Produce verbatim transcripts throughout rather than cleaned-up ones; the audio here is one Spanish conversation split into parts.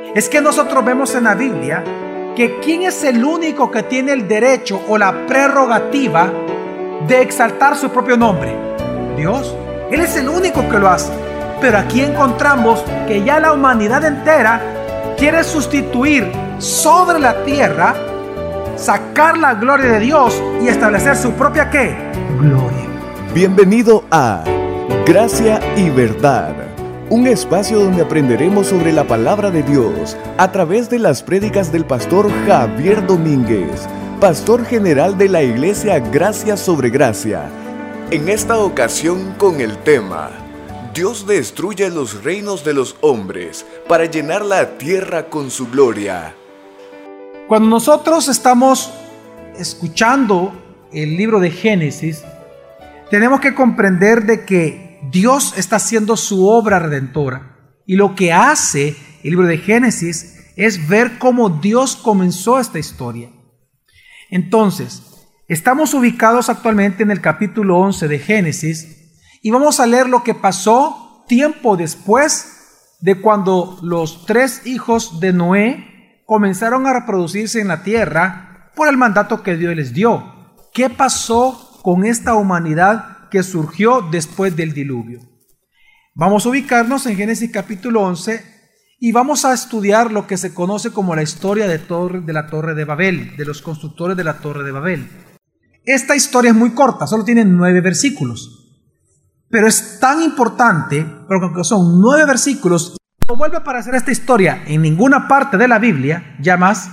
es que nosotros vemos en la Biblia que ¿quién es el único que tiene el derecho o la prerrogativa de exaltar su propio nombre? Dios. Él es el único que lo hace. Pero aquí encontramos que ya la humanidad entera quiere sustituir sobre la tierra, sacar la gloria de Dios y establecer su propia ¿qué? Gloria. Bienvenido a Gracia y Verdad, un espacio donde aprenderemos sobre la palabra de Dios a través de las prédicas del pastor Javier Domínguez, pastor general de la iglesia Gracia sobre Gracia. En esta ocasión con el tema: Dios destruye los reinos de los hombres para llenar la tierra con su gloria. Cuando nosotros estamos escuchando el libro de Génesis, tenemos que comprender de que Dios está haciendo su obra redentora. Y lo que hace el libro de Génesis es ver cómo Dios comenzó esta historia. Entonces, estamos ubicados actualmente en el capítulo once de Génesis y vamos a leer lo que pasó tiempo después de cuando los tres hijos de Noé comenzaron a reproducirse en la tierra por el mandato que Dios les dio. ¿Qué pasó con esta humanidad que surgió después del diluvio? Vamos a ubicarnos en Génesis capítulo once y vamos a estudiar lo que se conoce como la historia de, torre, de la Torre de Babel, de los constructores de la Torre de Babel. Esta historia es muy corta, solo tiene nueve versículos, pero es tan importante porque son nueve versículos y no vuelve a aparecer esta historia en ninguna parte de la Biblia, ya más.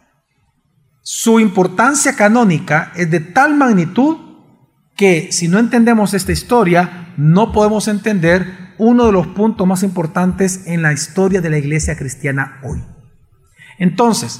Su importancia canónica es de tal magnitud que si no entendemos esta historia, no podemos entender uno de los puntos más importantes en la historia de la iglesia cristiana hoy. Entonces,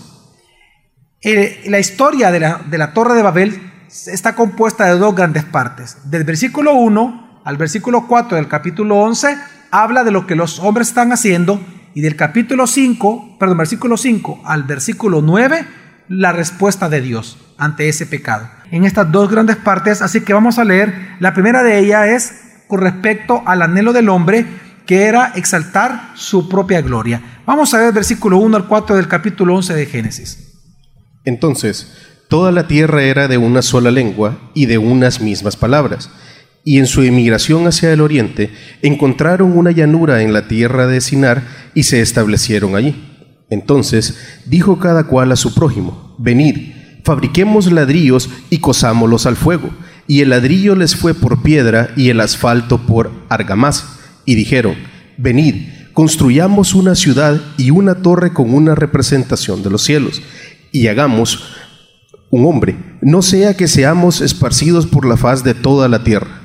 eh, la historia de la, de la Torre de Babel está compuesta de dos grandes partes. Del versículo uno al versículo cuatro del capítulo once habla de lo que los hombres están haciendo, y del capítulo cinco, perdón, versículo cinco al versículo nueve, la respuesta de Dios ante ese pecado. En estas dos grandes partes, así que vamos a leer. La primera de ellas es con respecto al anhelo del hombre, que era exaltar su propia gloria. Vamos a ver el versículo uno al cuatro del capítulo once de Génesis. Entonces, toda la tierra era de una sola lengua y de unas mismas palabras. Y en su emigración hacia el oriente, encontraron una llanura en la tierra de Sinar y se establecieron allí. Entonces dijo cada cual a su prójimo: venid, fabriquemos ladrillos y cosámoslos al fuego. Y el ladrillo les fue por piedra y el asfalto por argamasa. Y dijeron: venid, construyamos una ciudad y una torre con una representación de los cielos, y hagamos un hombre, no sea que seamos esparcidos por la faz de toda la tierra.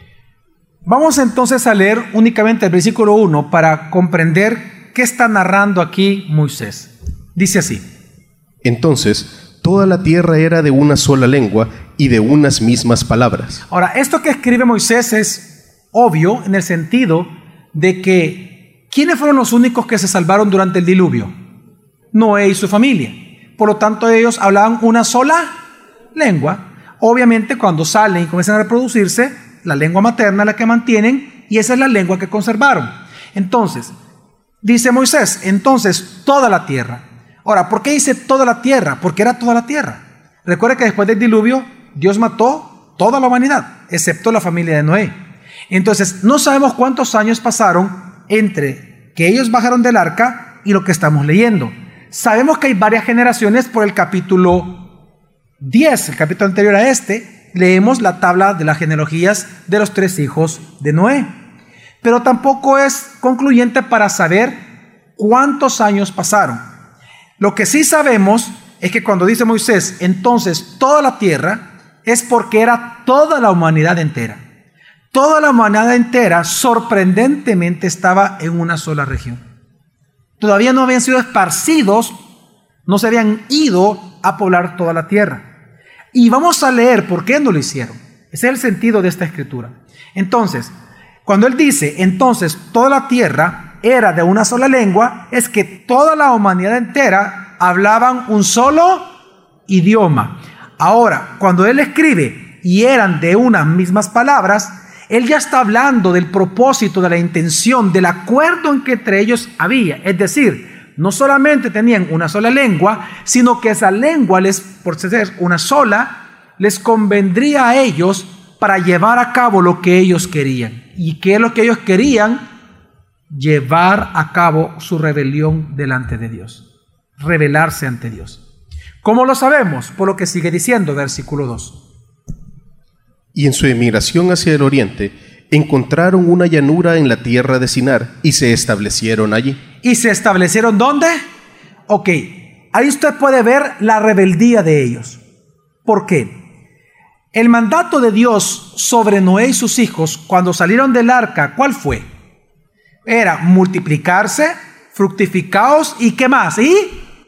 Vamos entonces a leer únicamente el versículo uno para comprender qué está narrando aquí Moisés. Dice así: entonces toda la tierra era de una sola lengua y de unas mismas palabras. Ahora, esto que escribe Moisés es obvio en el sentido de que ¿quiénes fueron los únicos que se salvaron durante el diluvio? Noé y su familia. Por lo tanto, ellos hablaban una sola lengua. Obviamente, cuando salen y comienzan a reproducirse, la lengua materna es la que mantienen y esa es la lengua que conservaron. Entonces, dice Moisés, entonces toda la tierra. Ahora, ¿por qué dice toda la tierra? Porque era toda la tierra. Recuerda que después del diluvio, Dios mató toda la humanidad, excepto la familia de Noé. Entonces, no sabemos cuántos años pasaron entre que ellos bajaron del arca y lo que estamos leyendo. Sabemos que hay varias generaciones por el capítulo diez, el capítulo anterior a este. Leemos la tabla de las genealogías de los tres hijos de Noé. Pero tampoco es concluyente para saber cuántos años pasaron. Lo que sí sabemos es que cuando dice Moisés, entonces toda la tierra, es porque era toda la humanidad entera. Toda la humanidad entera sorprendentemente estaba en una sola región. Todavía no habían sido esparcidos, no se habían ido a poblar toda la tierra. Y vamos a leer por qué no lo hicieron. Ese es el sentido de esta escritura. Entonces, cuando él dice, entonces toda la tierra era de una sola lengua, es que toda la humanidad entera hablaban un solo idioma. Ahora, cuando él escribe, y eran de unas mismas palabras, él ya está hablando del propósito, de la intención, del acuerdo en que entre ellos había. Es decir, no solamente tenían una sola lengua, sino que esa lengua, les, por ser una sola, les convendría a ellos para llevar a cabo lo que ellos querían. ¿Y qué es lo que ellos querían? Llevar a cabo su rebelión delante de Dios, rebelarse ante Dios. ¿Cómo lo sabemos? Por lo que sigue diciendo, versículo dos. Y en su emigración hacia el oriente, encontraron una llanura en la tierra de Sinar y se establecieron allí. ¿Y se establecieron dónde? Ok, ahí usted puede ver la rebeldía de ellos. ¿Por qué? El mandato de Dios sobre Noé y sus hijos cuando salieron del arca, ¿cuál fue? Era multiplicarse, fructificaos y ¿qué más? Y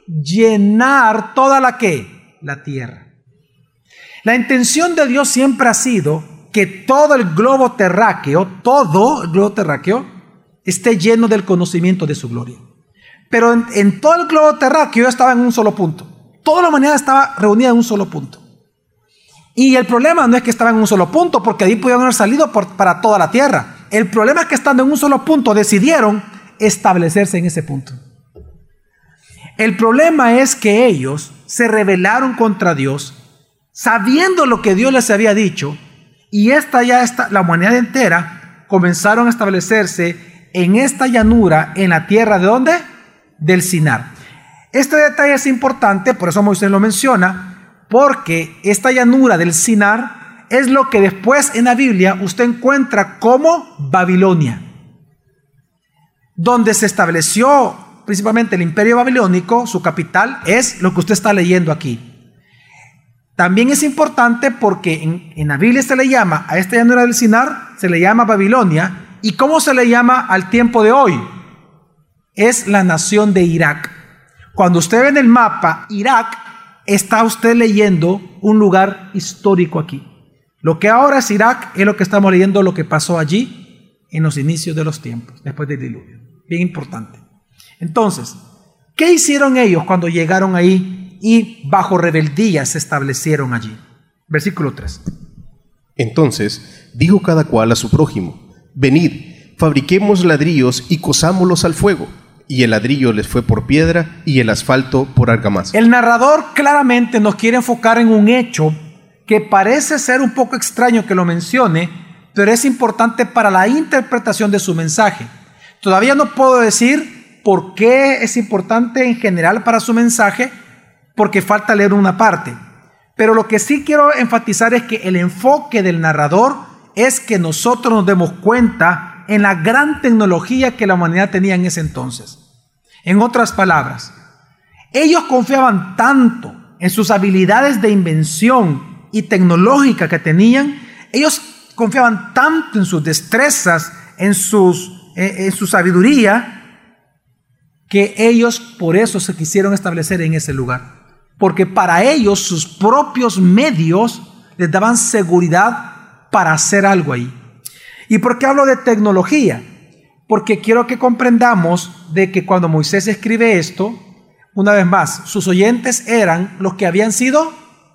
llenar toda la ¿qué? La tierra. La intención de Dios siempre ha sido que todo el globo terráqueo, todo el globo terráqueo, esté lleno del conocimiento de su gloria. Pero en, en todo el globo terráqueo estaba en un solo punto. Toda la humanidad estaba reunida en un solo punto. Y el problema no es que estaba en un solo punto, porque ahí pudieron haber salido por, para toda la tierra. El problema es que estando en un solo punto decidieron establecerse en ese punto. El problema es que ellos se rebelaron contra Dios, sabiendo lo que Dios les había dicho, y esta ya está, la humanidad entera comenzaron a establecerse en esta llanura, en la tierra de ¿dónde? Del Sinar. Este detalle es importante, por eso Moisés lo menciona, porque esta llanura del Sinar es lo que después en la Biblia usted encuentra como Babilonia, donde se estableció principalmente el imperio babilónico. Su capital es lo que usted está leyendo aquí. También es importante porque en, en la Biblia se le llama a esta llanura del Sinar, se le llama Babilonia. ¿Y cómo se le llama al tiempo de hoy? Es la nación de Irak. Cuando usted ve en el mapa Irak, está usted leyendo un lugar histórico aquí. Lo que ahora es Irak es lo que estamos leyendo, lo que pasó allí en los inicios de los tiempos, después del diluvio. Bien importante. Entonces, ¿qué hicieron ellos cuando llegaron ahí y bajo rebeldía se establecieron allí? Versículo tres. Entonces dijo cada cual a su prójimo: venid, fabriquemos ladrillos y cosámoslos al fuego. Y el ladrillo les fue por piedra y el asfalto por argamasa. El narrador claramente nos quiere enfocar en un hecho que parece ser un poco extraño que lo mencione, pero es importante para la interpretación de su mensaje. Todavía no puedo decir por qué es importante en general para su mensaje, porque falta leer una parte. Pero lo que sí quiero enfatizar es que el enfoque del narrador es que nosotros nos demos cuenta en la gran tecnología que la humanidad tenía en ese entonces. En otras palabras, ellos confiaban tanto en sus habilidades de invención y tecnológica que tenían, ellos confiaban tanto en sus destrezas, en, sus, en, en su sabiduría, que ellos por eso se quisieron establecer en ese lugar. Porque para ellos sus propios medios les daban seguridad para hacer algo ahí. ¿Y por qué hablo de tecnología? Porque quiero que comprendamos de que cuando Moisés escribe esto, una vez más, sus oyentes eran los que habían sido,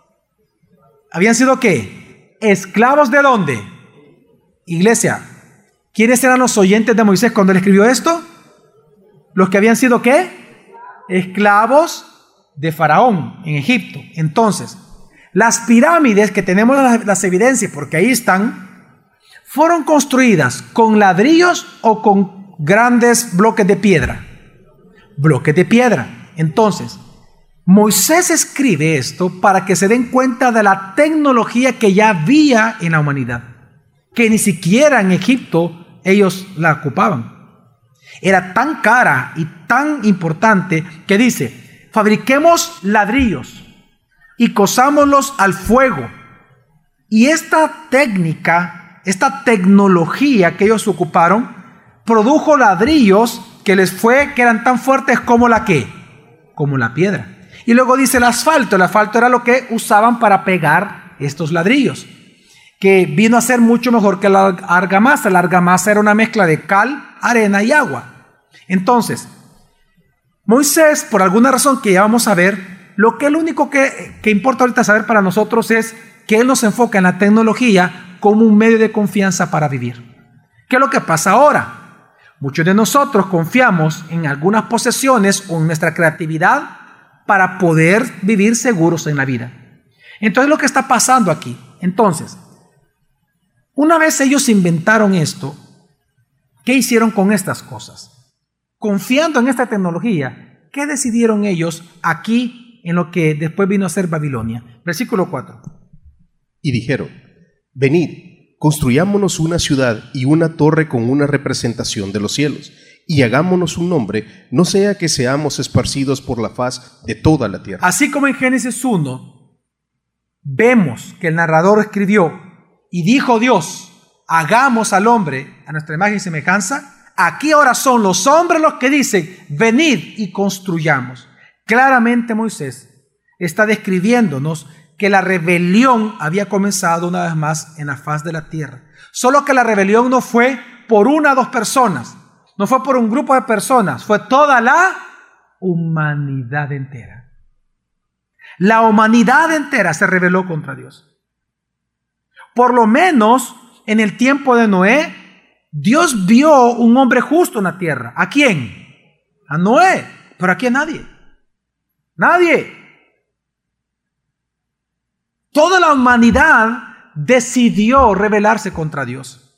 ¿habían sido qué? ¿Esclavos de dónde? Iglesia, ¿quiénes eran los oyentes de Moisés cuando él escribió esto? Los que habían sido ¿qué? Esclavos de Faraón en Egipto. Entonces, las pirámides que tenemos las, las evidencias, porque ahí están, fueron construidas con ladrillos o con grandes bloques de piedra. Bloques de piedra. Entonces, Moisés escribe esto para que se den cuenta de la tecnología que ya había en la humanidad, que ni siquiera en Egipto ellos la ocupaban. Era tan cara y tan importante que dice: fabriquemos ladrillos y cosámoslos al fuego. Y esta técnica, esta tecnología que ellos ocuparon, produjo ladrillos que les fue, que eran tan fuertes como la ¿qué? Como la piedra. Y luego dice el asfalto. El asfalto era lo que usaban para pegar estos ladrillos, que vino a ser mucho mejor que la argamasa. La argamasa era una mezcla de cal, arena y agua. Entonces, Moisés, por alguna razón que ya vamos a ver, lo que es lo único que, que importa ahorita saber para nosotros es que él nos enfoca en la tecnología como un medio de confianza para vivir. ¿Qué es lo que pasa ahora? Muchos de nosotros confiamos en algunas posesiones o en nuestra creatividad para poder vivir seguros en la vida. Entonces, lo que está pasando aquí, entonces, una vez ellos inventaron esto, ¿qué hicieron con estas cosas? Confiando en esta tecnología, ¿qué decidieron ellos aquí en lo que después vino a ser Babilonia? Versículo cuatro. Y dijeron, venid, construyámonos una ciudad y una torre con una representación de los cielos, y hagámonos un nombre, no sea que seamos esparcidos por la faz de toda la tierra. Así como en Génesis uno, vemos que el narrador escribió, y dijo Dios, hagamos al hombre a nuestra imagen y semejanza. Aquí ahora son los hombres los que dicen, venid y construyamos. Claramente Moisés está describiéndonos que la rebelión había comenzado una vez más en la faz de la tierra. Solo que la rebelión no fue por una o dos personas, no fue por un grupo de personas, fue toda la humanidad entera. La humanidad entera se rebeló contra Dios. Por lo menos en el tiempo de Noé, Dios vio un hombre justo en la tierra. ¿A quién? A Noé. Pero aquí a nadie. Nadie. Toda la humanidad decidió rebelarse contra Dios.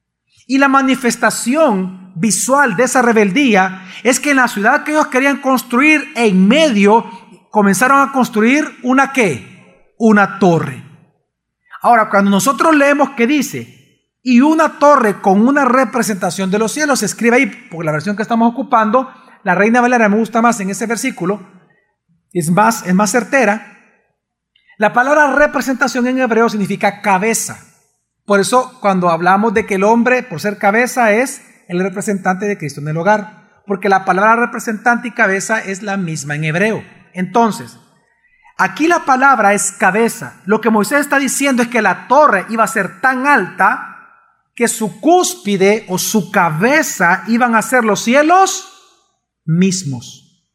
Y la manifestación visual de esa rebeldía es que en la ciudad que ellos querían construir en medio, comenzaron a construir una ¿qué? Una torre. Ahora, cuando nosotros leemos que dice, y una torre con una representación de los cielos, se escribe ahí, por la versión que estamos ocupando, la Reina Valera me gusta más en ese versículo, es más, es más certera. La palabra representación en hebreo significa cabeza. Por eso, cuando hablamos de que el hombre, por ser cabeza, es el representante de Cristo en el hogar, porque la palabra representante y cabeza es la misma en hebreo. Entonces, aquí la palabra es cabeza. Lo que Moisés está diciendo es que la torre iba a ser tan alta que su cúspide o su cabeza iban a ser los cielos mismos.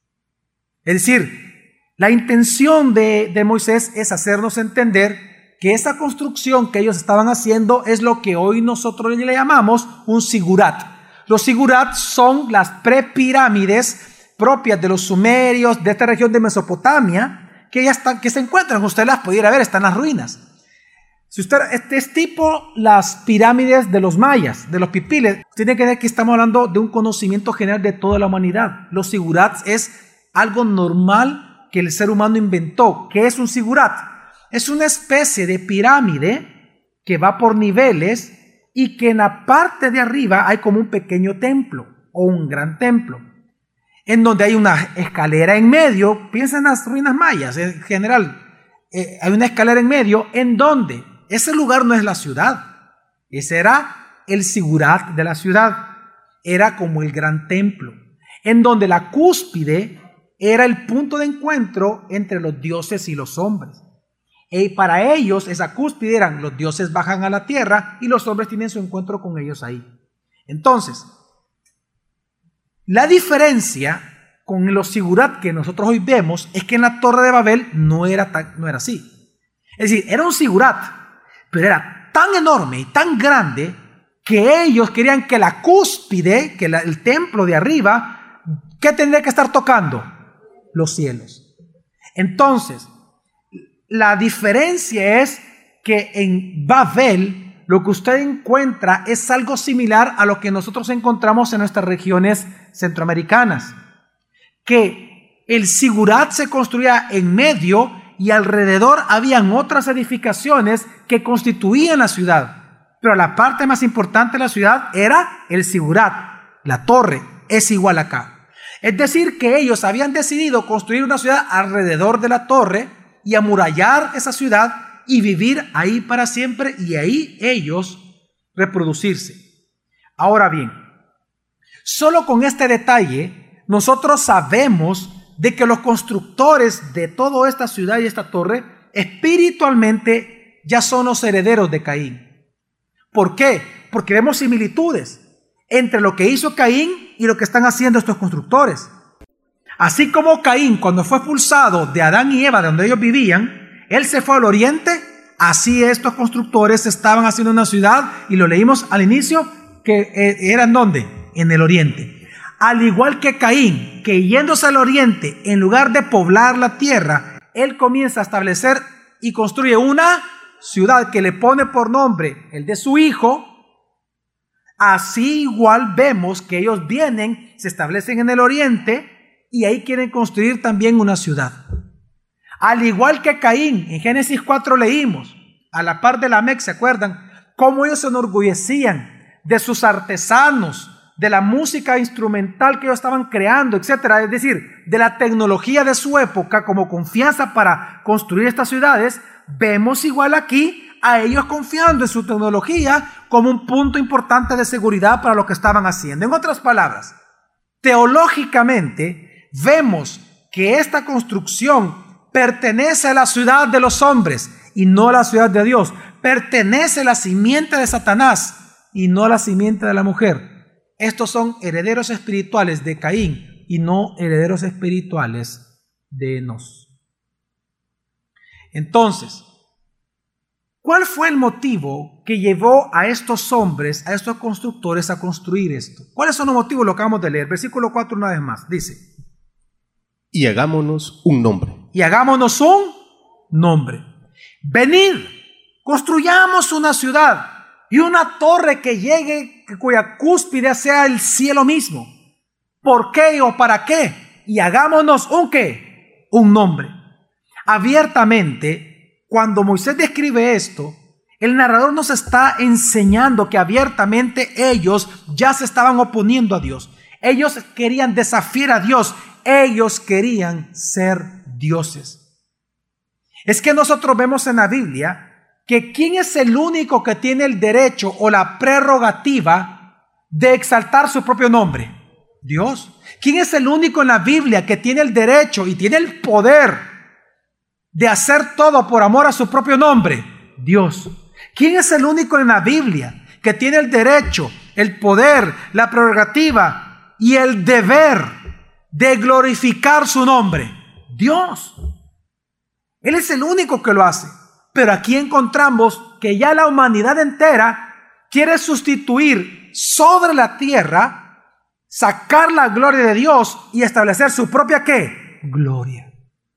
Es decir, la intención de, de Moisés es hacernos entender que esa construcción que ellos estaban haciendo es lo que hoy nosotros le llamamos un sigurat. Los sigurat son las prepirámides propias de los sumerios, de esta región de Mesopotamia, que ya están, que se encuentran, usted las pudiera ver, están en las ruinas. Si usted, este es tipo las pirámides de los mayas, de los pipiles, tiene que ver que estamos hablando de un conocimiento general de toda la humanidad. Los sigurats es algo normal que el ser humano inventó. ¿Qué es un sigurat? Es una especie de pirámide que va por niveles y que en la parte de arriba hay como un pequeño templo o un gran templo, en donde hay una escalera en medio. Piensa en las ruinas mayas en general. Eh, hay una escalera en medio en donde ese lugar no es la ciudad. Ese era el sigurat de la ciudad. Era como el gran templo, en donde la cúspide era el punto de encuentro entre los dioses y los hombres. Y para ellos esa cúspide eran los dioses bajan a la tierra y los hombres tienen su encuentro con ellos ahí. Entonces, la diferencia con los sigurat que nosotros hoy vemos es que en la Torre de Babel no era, tan, no era así. Es decir, era un sigurat, pero era tan enorme y tan grande que ellos querían que la cúspide, que la, el templo de arriba, ¿qué tendría que estar tocando? Los cielos. Entonces, la diferencia es que en Babel lo que usted encuentra es algo similar a lo que nosotros encontramos en nuestras regiones centroamericanas, que el sigurat se construía en medio y alrededor habían otras edificaciones que constituían la ciudad, pero la parte más importante de la ciudad era el sigurat, la torre. Es igual acá. Es decir, que ellos habían decidido construir una ciudad alrededor de la torre y amurallar esa ciudad y vivir ahí para siempre y ahí ellos reproducirse. Ahora bien, solo con este detalle nosotros sabemos de que los constructores de toda esta ciudad y esta torre espiritualmente ya son los herederos de Caín. ¿Por qué? Porque vemos similitudes entre lo que hizo Caín y lo que están haciendo estos constructores. Así como Caín, cuando fue expulsado de Adán y Eva, de donde ellos vivían, él se fue al oriente. Así estos constructores estaban haciendo una ciudad, y lo leímos al inicio, que eh, eran ¿dónde? En el oriente. Al igual que Caín, que yéndose al oriente, en lugar de poblar la tierra, él comienza a establecer y construye una ciudad que le pone por nombre el de su hijo. Así igual vemos que ellos vienen, se establecen en el oriente y ahí quieren construir también una ciudad. Al igual que Caín, en Génesis cuatro leímos, a la par de Lamec, ¿se acuerdan? Cómo ellos se enorgullecían de sus artesanos, de la música instrumental que ellos estaban creando, etcétera. Es decir, de la tecnología de su época como confianza para construir estas ciudades. Vemos igual aquí a ellos confiando en su tecnología como un punto importante de seguridad para lo que estaban haciendo. En otras palabras, teológicamente vemos que esta construcción pertenece a la ciudad de los hombres y no a la ciudad de Dios. Pertenece a la simiente de Satanás y no a la simiente de la mujer. Estos son herederos espirituales de Caín y no herederos espirituales de Enos. Entonces, ¿cuál fue el motivo que llevó a estos hombres, a estos constructores a construir esto? ¿Cuáles son los motivos? Lo acabamos de leer. Versículo cuatro una vez más. Dice: y hagámonos un nombre. Y hagámonos un nombre. Venid, construyamos una ciudad y una torre que llegue, cuya cúspide sea el cielo mismo. ¿Por qué o para qué? Y hagámonos un qué, un nombre. Abiertamente, cuando Moisés describe esto, el narrador nos está enseñando que abiertamente ellos ya se estaban oponiendo a Dios. Ellos querían desafiar a Dios. Ellos querían ser dioses. Es que nosotros vemos en la Biblia que ¿quién es el único que tiene el derecho o la prerrogativa de exaltar su propio nombre? Dios. ¿Quién es el único en la Biblia que tiene el derecho y tiene el poder de hacer todo por amor a su propio nombre? Dios. ¿Quién es el único en la Biblia que tiene el derecho, el poder, la prerrogativa y el deber de glorificar su nombre? Dios. Él es el único que lo hace. Pero aquí encontramos que ya la humanidad entera quiere sustituir sobre la tierra, sacar la gloria de Dios y establecer su propia ¿qué? Gloria.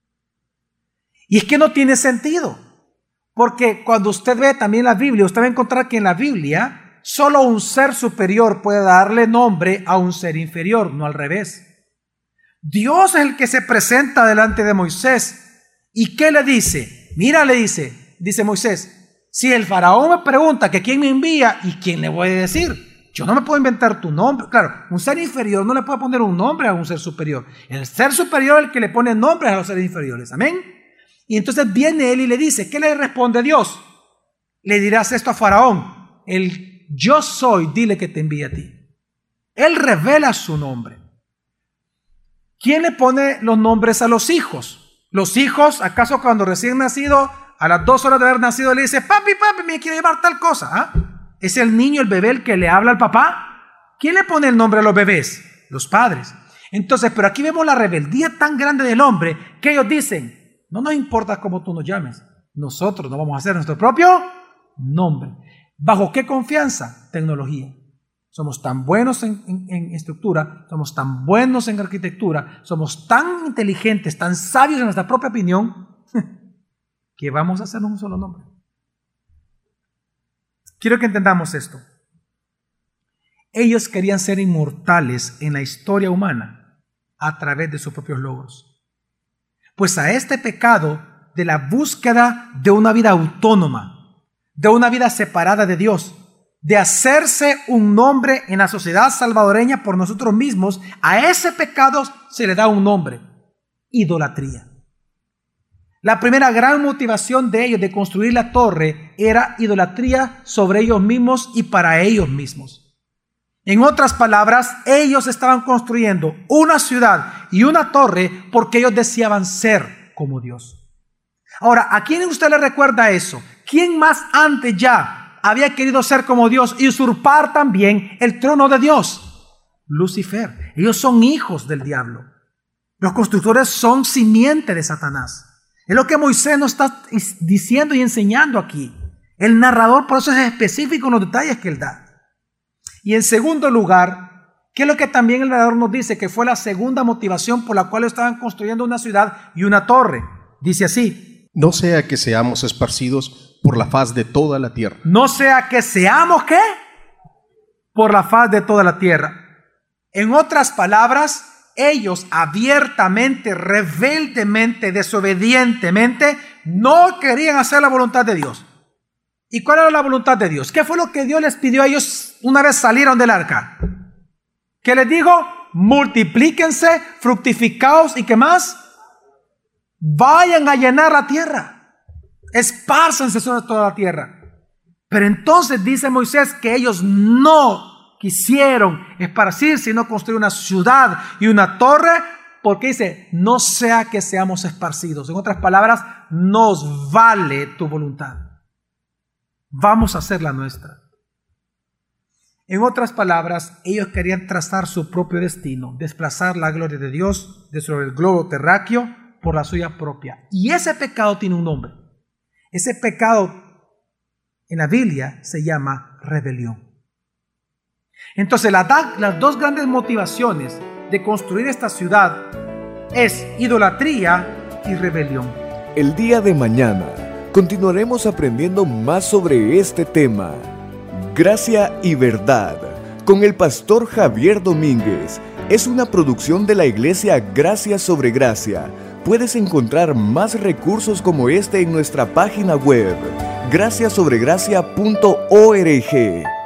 Y es que no tiene sentido. Porque cuando usted ve también la Biblia, usted va a encontrar que en la Biblia solo un ser superior puede darle nombre a un ser inferior, no al revés. Dios es el que se presenta delante de Moisés. ¿Y qué le dice? Mira, le dice, dice Moisés, si el faraón me pregunta que quién me envía, ¿y quién le voy a decir? Yo no me puedo inventar tu nombre. Claro, un ser inferior no le puede poner un nombre a un ser superior. El ser superior es el que le pone nombres a los seres inferiores. Amén. Y entonces viene él y le dice, ¿qué le responde Dios? Le dirás esto a faraón, el yo soy, dile que te envíe a ti. Él revela su nombre. ¿Quién le pone los nombres a los hijos? Los hijos, ¿acaso cuando recién nacido, a las dos horas de haber nacido, le dice, papi, papi, me quiero llevar tal cosa? ¿Ah? ¿Es el niño, el bebé, el que le habla al papá? ¿Quién le pone el nombre a los bebés? Los padres. Entonces, pero aquí vemos la rebeldía tan grande del hombre que ellos dicen, no nos importa cómo tú nos llames, nosotros no vamos a hacer nuestro propio nombre. ¿Bajo qué confianza? Tecnología. Somos tan buenos en, en, en estructura, somos tan buenos en arquitectura, somos tan inteligentes, tan sabios en nuestra propia opinión, que vamos a hacernos un solo nombre. Quiero que entendamos esto. Ellos querían ser inmortales en la historia humana a través de sus propios logros. Pues a este pecado de la búsqueda de una vida autónoma, de una vida separada de Dios, de hacerse un nombre en la sociedad salvadoreña por nosotros mismos, a ese pecado se le da un nombre: idolatría. La primera gran motivación de ellos de construir la torre era idolatría sobre ellos mismos y para ellos mismos. En otras palabras, ellos estaban construyendo una ciudad y una torre porque ellos deseaban ser como Dios. Ahora, ¿a quién usted le recuerda eso? ¿Quién más antes ya había querido ser como Dios y usurpar también el trono de Dios? Lucifer. Ellos son hijos del diablo. Los constructores son simiente de Satanás. Es lo que Moisés nos está diciendo y enseñando aquí. El narrador por eso es específico en los detalles que él da. Y en segundo lugar, ¿Qué es lo que también el narrador nos dice? Que fue la segunda motivación por la cual estaban construyendo una ciudad y una torre. Dice así: no sea que seamos esparcidos por la faz de toda la tierra. No sea que seamos, ¿qué? Por la faz de toda la tierra. En otras palabras, ellos abiertamente, rebeldemente, desobedientemente, no querían hacer la voluntad de Dios. ¿Y cuál era la voluntad de Dios? ¿Qué fue lo que Dios les pidió a ellos una vez salieron del arca? ¿Qué les dijo? Multiplíquense, fructificaos y ¿qué más? Vayan a llenar la tierra. Espárcense sobre toda la tierra. Pero entonces dice Moisés que ellos no quisieron esparcirse, sino construir una ciudad y una torre, porque dice, no sea que seamos esparcidos. En otras palabras, nos vale tu voluntad. Vamos a hacer la nuestra. En otras palabras, ellos querían trazar su propio destino, desplazar la gloria de Dios de sobre el globo terráqueo por la suya propia. Y ese pecado tiene un nombre. Ese pecado en la Biblia se llama rebelión. Entonces, las, las dos grandes motivaciones de construir esta ciudad es idolatría y rebelión. El día de mañana continuaremos aprendiendo más sobre este tema. Gracia y Verdad, con el pastor Javier Domínguez, es una producción de la iglesia Gracia sobre Gracia. Puedes encontrar más recursos como este en nuestra página web, gracia sobre gracia punto org.